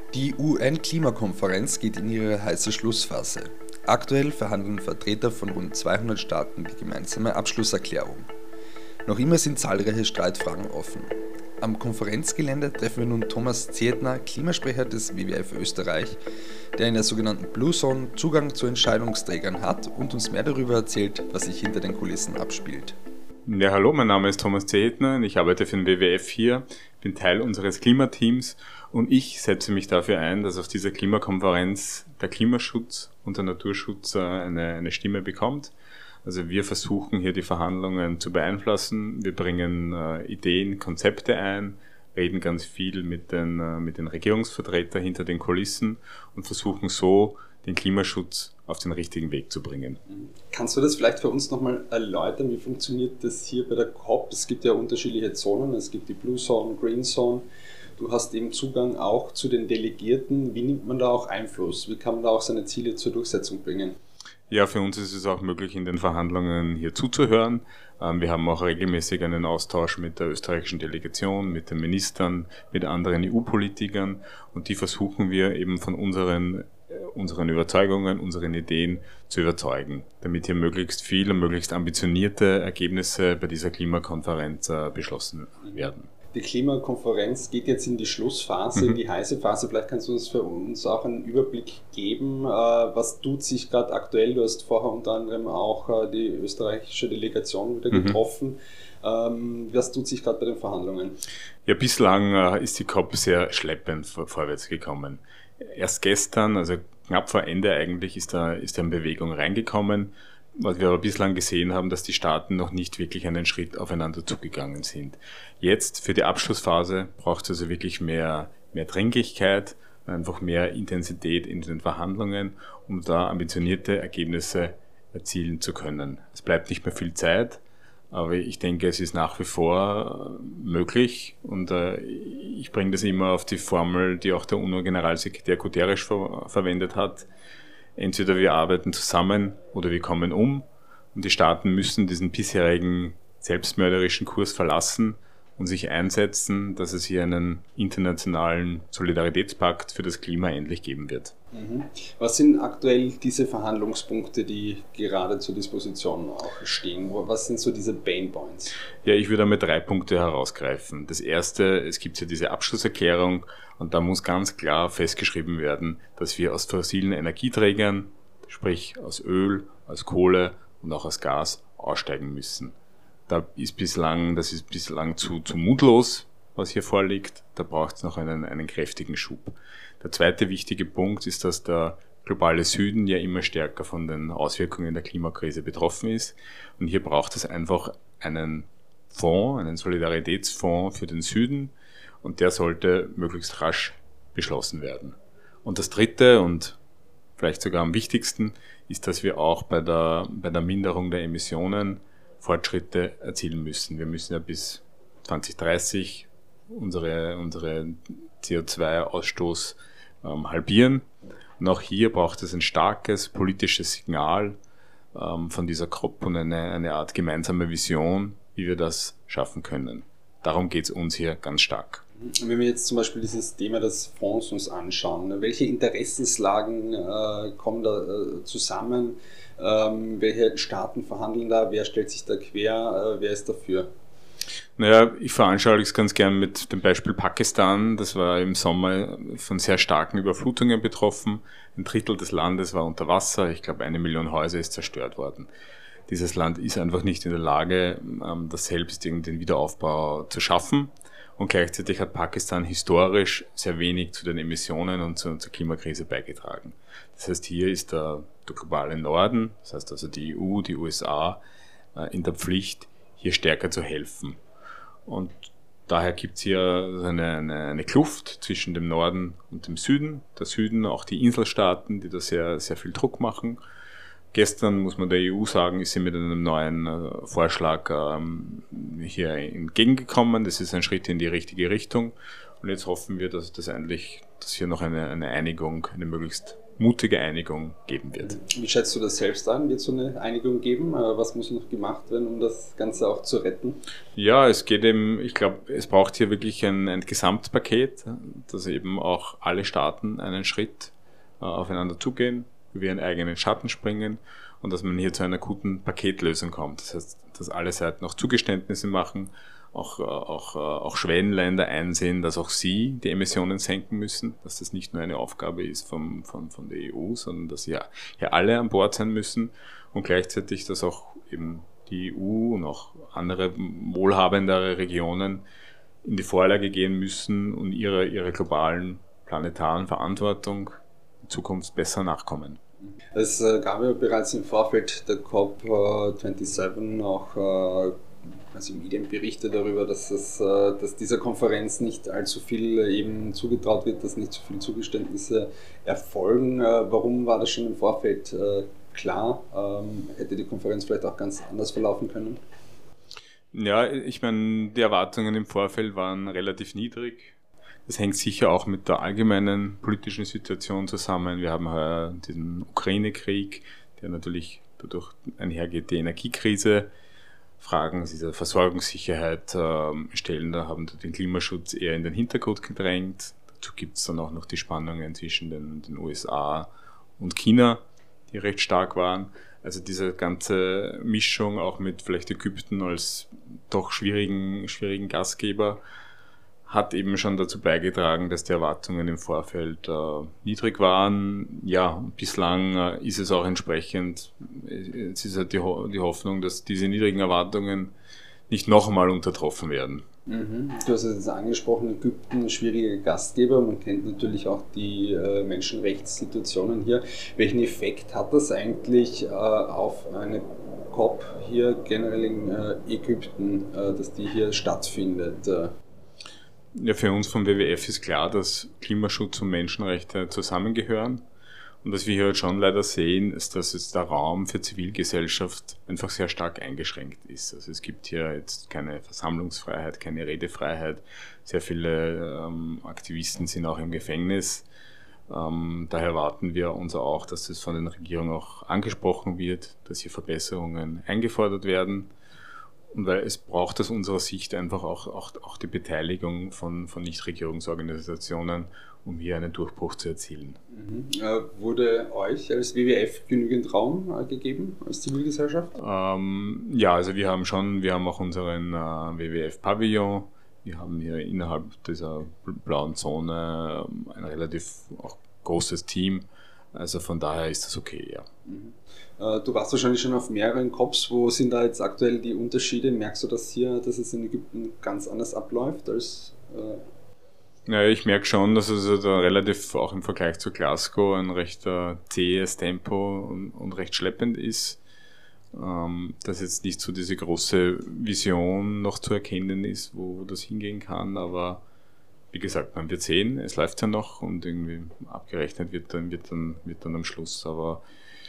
Die UN-Klimakonferenz geht in ihre heiße Schlussphase. Aktuell verhandeln Vertreter von rund 200 Staaten die gemeinsame Abschlusserklärung. Noch immer sind zahlreiche Streitfragen offen. Am Konferenzgelände treffen wir nun Thomas Zehetner, Klimasprecher des WWF Österreich, der in der sogenannten Blue Zone Zugang zu Entscheidungsträgern hat und uns mehr darüber erzählt, was sich hinter den Kulissen abspielt. Ja, hallo, mein Name ist Thomas Zehetner und ich arbeite für den WWF hier, bin Teil unseres Klimateams und ich setze mich dafür ein, dass auf dieser Klimakonferenz der Klimaschutz und der Naturschutz eine Stimme bekommt. Also wir versuchen hier die Verhandlungen zu beeinflussen, wir bringen Ideen, Konzepte ein, reden ganz viel mit den Regierungsvertretern hinter den Kulissen und versuchen so, den Klimaschutz auf den richtigen Weg zu bringen. Kannst du das vielleicht für uns nochmal erläutern? Wie funktioniert das hier bei der COP? Es gibt ja unterschiedliche Zonen, es gibt die Blue Zone, Green Zone. Du hast eben Zugang auch zu den Delegierten. Wie nimmt man da auch Einfluss? Wie kann man da auch seine Ziele zur Durchsetzung bringen? Ja, für uns ist es auch möglich, in den Verhandlungen hier zuzuhören. Wir haben auch regelmäßig einen Austausch mit der österreichischen Delegation, mit den Ministern, mit anderen EU-Politikern und die versuchen wir eben von unseren Überzeugungen, unseren Ideen zu überzeugen, damit hier möglichst viel und möglichst ambitionierte Ergebnisse bei dieser Klimakonferenz beschlossen werden. Die Klimakonferenz geht jetzt in die Schlussphase, in die heiße Phase. Vielleicht kannst du uns für uns auch einen Überblick geben. Was tut sich gerade aktuell? Du hast vorher unter anderem auch die österreichische Delegation wieder getroffen. Was tut sich gerade bei den Verhandlungen? Ja, bislang ist die COP sehr schleppend vorwärts gekommen. Erst gestern, also knapp vor Ende eigentlich, ist da in Bewegung reingekommen. Was wir aber bislang gesehen haben, dass die Staaten noch nicht wirklich einen Schritt aufeinander zugegangen sind. Jetzt für die Abschlussphase braucht es also wirklich mehr Dringlichkeit, einfach mehr Intensität in den Verhandlungen, um da ambitionierte Ergebnisse erzielen zu können. Es bleibt nicht mehr viel Zeit, aber ich denke, es ist nach wie vor möglich und ich bringe das immer auf die Formel, die auch der UNO-Generalsekretär Guterres verwendet hat. Entweder wir arbeiten zusammen oder wir kommen um und die Staaten müssen diesen bisherigen selbstmörderischen Kurs verlassen und sich einsetzen, dass es hier einen internationalen Solidaritätspakt für das Klima endlich geben wird. Was sind aktuell diese Verhandlungspunkte, die gerade zur Disposition auch stehen? Was sind so diese Pain Points? Ja, ich würde einmal 3 Punkte herausgreifen. Das erste, es gibt ja diese Abschlusserklärung und da muss ganz klar festgeschrieben werden, dass wir aus fossilen Energieträgern, sprich aus Öl, aus Kohle und auch aus Gas, aussteigen müssen. Das ist bislang zu mutlos, was hier vorliegt. Da braucht es noch einen kräftigen Schub. Der zweite wichtige Punkt ist, dass der globale Süden ja immer stärker von den Auswirkungen der Klimakrise betroffen ist. Und hier braucht es einfach einen Fonds, einen Solidaritätsfonds für den Süden. Und der sollte möglichst rasch beschlossen werden. Und das dritte und vielleicht sogar am wichtigsten ist, dass wir auch bei der Minderung der Emissionen Fortschritte erzielen müssen. Wir müssen ja bis 2030 unsere CO2-Ausstoß halbieren. Und auch hier braucht es ein starkes politisches Signal von dieser COP und eine Art gemeinsame Vision, wie wir das schaffen können. Darum geht es uns hier ganz stark. Wenn wir jetzt zum Beispiel dieses Thema des Fonds uns anschauen, welche Interessenslagen kommen da zusammen? Welche Staaten verhandeln da? Wer stellt sich da quer? Wer ist dafür? Naja, ich veranschalte es ganz gern mit dem Beispiel Pakistan. Das war im Sommer von sehr starken Überflutungen betroffen. 1/3 des Landes war unter Wasser. Ich glaube, 1 Million Häuser ist zerstört worden. Dieses Land ist einfach nicht in der Lage, das selbst den Wiederaufbau zu schaffen. Und gleichzeitig hat Pakistan historisch sehr wenig zu den Emissionen und zur Klimakrise beigetragen. Das heißt, hier ist der globale Norden, das heißt also die EU, die USA, in der Pflicht, hier stärker zu helfen. Und daher gibt es hier eine Kluft zwischen dem Norden und dem Süden. Der Süden, auch die Inselstaaten, die da sehr, sehr viel Druck machen. Gestern, muss man der EU sagen, ist sie mit einem neuen Vorschlag hier entgegengekommen. Das ist ein Schritt in die richtige Richtung. Und jetzt hoffen wir, dass hier noch eine Einigung, eine möglichst mutige Einigung geben wird. Wie schätzt du das selbst an? Wird es so eine Einigung geben? Was muss noch gemacht werden, um das Ganze auch zu retten? Ja, es geht eben, ich glaube, es braucht hier wirklich ein Gesamtpaket, dass eben auch alle Staaten einen Schritt aufeinander zugehen, über ihren eigenen Schatten springen und dass man hier zu einer guten Paketlösung kommt. Das heißt, dass alle Seiten auch Zugeständnisse machen, auch Schwellenländer einsehen, dass auch sie die Emissionen senken müssen, dass das nicht nur eine Aufgabe ist von der EU, sondern dass hier alle an Bord sein müssen und gleichzeitig, dass auch eben die EU und auch andere wohlhabendere Regionen in die Vorlage gehen müssen und ihrer globalen planetaren Verantwortung in Zukunft besser nachkommen. Es gab ja bereits im Vorfeld der COP27 auch Medienberichte darüber, dass dieser Konferenz nicht allzu viel eben zugetraut wird, dass nicht so viele Zugeständnisse erfolgen. Warum war das schon im Vorfeld klar? Hätte die Konferenz vielleicht auch ganz anders verlaufen können? Ja, ich meine, die Erwartungen im Vorfeld waren relativ niedrig. Das hängt sicher auch mit der allgemeinen politischen Situation zusammen. Wir haben heuer diesen Ukraine-Krieg, der natürlich dadurch einhergeht, die Energiekrise. Fragen dieser Versorgungssicherheit stellen, da haben den Klimaschutz eher in den Hintergrund gedrängt. Dazu gibt es dann auch noch die Spannungen zwischen den USA und China, die recht stark waren. Also diese ganze Mischung auch mit vielleicht Ägypten als doch schwierigen Gastgeber hat eben schon dazu beigetragen, dass die Erwartungen im Vorfeld niedrig waren. Ja, bislang ist es auch entsprechend, es ist halt die Hoffnung, dass diese niedrigen Erwartungen nicht noch einmal untertroffen werden. Du hast es jetzt angesprochen, Ägypten, schwierige Gastgeber. Man kennt natürlich auch die Menschenrechtssituationen hier. Welchen Effekt hat das eigentlich auf eine COP hier generell in Ägypten, dass die hier stattfindet? Ja, für uns vom WWF ist klar, dass Klimaschutz und Menschenrechte zusammengehören. Und was wir hier halt schon leider sehen, ist, dass jetzt der Raum für Zivilgesellschaft einfach sehr stark eingeschränkt ist. Also es gibt hier jetzt keine Versammlungsfreiheit, keine Redefreiheit. Sehr viele Aktivisten sind auch im Gefängnis. Daher erwarten wir uns auch, dass es von den Regierungen auch angesprochen wird, dass hier Verbesserungen eingefordert werden. Und weil es braucht aus unserer Sicht einfach auch die Beteiligung von Nichtregierungsorganisationen, um hier einen Durchbruch zu erzielen. Wurde euch als WWF genügend Raum gegeben, als Zivilgesellschaft? Ja, also wir haben auch unseren WWF-Pavillon. Wir haben hier innerhalb dieser blauen Zone ein relativ auch großes Team. Also von daher ist das okay, ja. Du warst wahrscheinlich schon auf mehreren COPs. Wo sind da jetzt aktuell die Unterschiede? Merkst du das hier, dass es in Ägypten ganz anders abläuft als... Ja, ich merke schon, dass es da relativ auch im Vergleich zu Glasgow ein recht zähes Tempo und recht schleppend ist. Dass jetzt nicht so diese große Vision noch zu erkennen ist, wo das hingehen kann, aber wie gesagt, man wird sehen, es läuft ja noch und irgendwie abgerechnet wird dann am Schluss, aber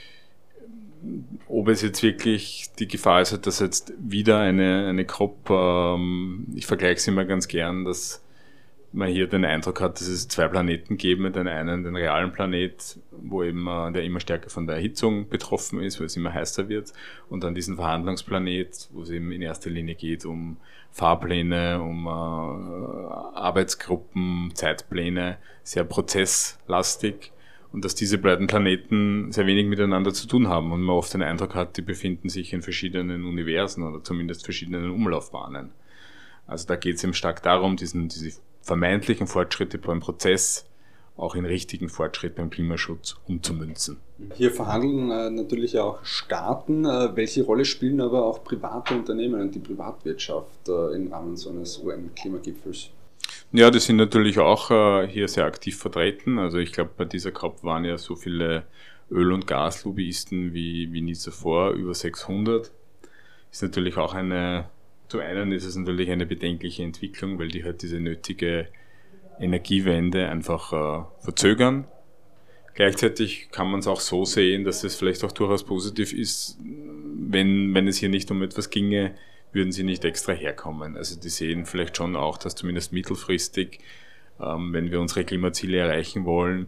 ob es jetzt wirklich die Gefahr ist, dass jetzt wieder eine COP, ich vergleiche es immer ganz gern, dass man hier den Eindruck hat, dass es zwei Planeten geben, den einen, den realen Planet, wo eben der immer stärker von der Erhitzung betroffen ist, wo es immer heißer wird, und dann diesen Verhandlungsplanet, wo es eben in erster Linie geht um Fahrpläne, um Arbeitsgruppen, Zeitpläne, sehr prozesslastig, und dass diese beiden Planeten sehr wenig miteinander zu tun haben und man oft den Eindruck hat, die befinden sich in verschiedenen Universen oder zumindest verschiedenen Umlaufbahnen. Also da geht es eben stark darum, diese vermeintlichen Fortschritte beim Prozess auch in richtigen Fortschritt beim Klimaschutz umzumünzen. Hier verhandeln natürlich auch Staaten. Welche Rolle spielen aber auch private Unternehmen und die Privatwirtschaft im Rahmen so eines UN-Klimagipfels? Ja, die sind natürlich auch hier sehr aktiv vertreten. Also ich glaube, bei dieser COP waren ja so viele Öl- und Gaslobbyisten wie nie zuvor, über 600. Ist natürlich auch zum einen ist es natürlich eine bedenkliche Entwicklung, weil die halt diese nötige Energiewende einfach verzögern. Gleichzeitig kann man es auch so sehen, dass es vielleicht auch durchaus positiv ist, wenn es hier nicht um etwas ginge, würden sie nicht extra herkommen. Also die sehen vielleicht schon auch, dass zumindest mittelfristig, wenn wir unsere Klimaziele erreichen wollen,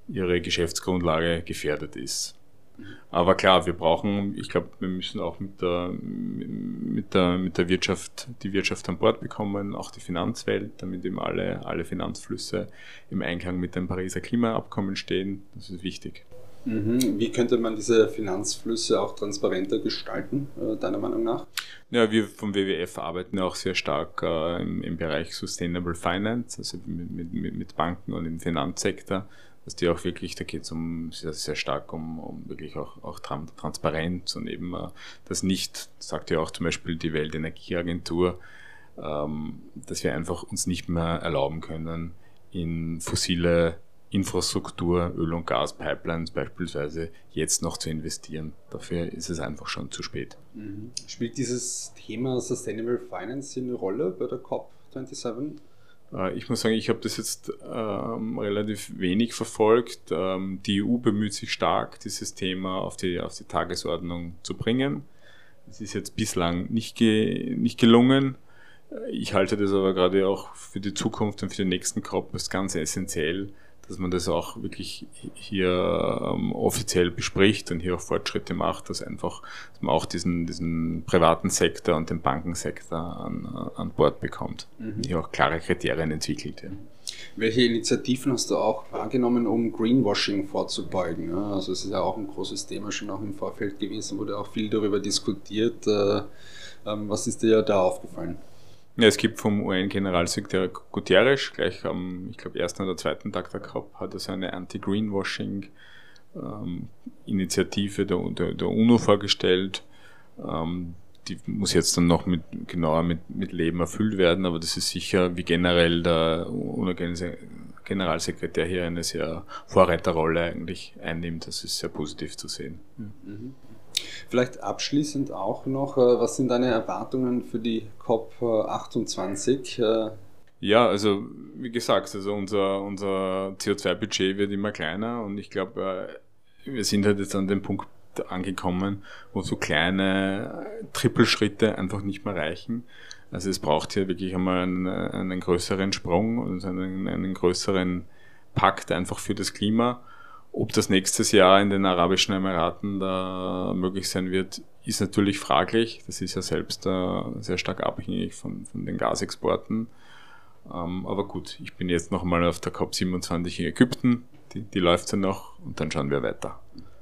ihre Geschäftsgrundlage gefährdet ist. Aber klar, ich glaube, wir müssen auch mit der Wirtschaft, die Wirtschaft an Bord bekommen, auch die Finanzwelt, damit eben alle Finanzflüsse im Einklang mit dem Pariser Klimaabkommen stehen. Das ist wichtig. Wie könnte man diese Finanzflüsse auch transparenter gestalten, deiner Meinung nach? Ja, wir vom WWF arbeiten ja auch sehr stark im Bereich Sustainable Finance, also mit Banken und im Finanzsektor, dass die auch wirklich, da geht es sehr, sehr stark um wirklich auch Transparenz und eben das nicht, sagt ja auch zum Beispiel die Weltenergieagentur, dass wir einfach uns nicht mehr erlauben können, in fossile Infrastruktur, Öl- und Gaspipelines beispielsweise jetzt noch zu investieren. Dafür ist es einfach schon zu spät. Spielt dieses Thema Sustainable Finance hier eine Rolle bei der COP27? Ich muss sagen, ich habe das jetzt relativ wenig verfolgt. Die EU bemüht sich stark, dieses Thema auf die Tagesordnung zu bringen. Es ist jetzt bislang nicht gelungen. Ich halte das aber gerade auch für die Zukunft und für den nächsten COP als ganz essentiell, dass man das auch wirklich hier offiziell bespricht und hier auch Fortschritte macht, dass man auch diesen privaten Sektor und den Bankensektor an Bord bekommt. Hier auch klare Kriterien entwickelt. Ja. Welche Initiativen hast du auch wahrgenommen, um Greenwashing vorzubeugen? Also es ist ja auch ein großes Thema schon auch im Vorfeld gewesen, wurde auch viel darüber diskutiert. Was ist dir da aufgefallen? Ja, es gibt vom UN-Generalsekretär Guterres gleich ich glaube, ersten oder zweiten Tag der COP hat er so eine Anti-Greenwashing-Initiative der UNO vorgestellt. Die muss jetzt dann noch genauer mit Leben erfüllt werden, aber das ist sicher, wie generell der UNO-Generalsekretär hier eine sehr Vorreiterrolle eigentlich einnimmt. Das ist sehr positiv zu sehen. Vielleicht abschließend auch noch, was sind deine Erwartungen für die COP28? Ja, also wie gesagt, also unser CO2-Budget wird immer kleiner und ich glaube, wir sind halt jetzt an dem Punkt angekommen, wo so kleine Trippelschritte einfach nicht mehr reichen. Also es braucht hier wirklich einmal einen größeren Sprung und einen größeren Pakt einfach für das Klima. Ob das nächstes Jahr in den Arabischen Emiraten da möglich sein wird, ist natürlich fraglich. Das ist ja selbst sehr stark abhängig von den Gasexporten. Aber gut, ich bin jetzt noch mal auf der COP27 in Ägypten. Die läuft ja noch und dann schauen wir weiter.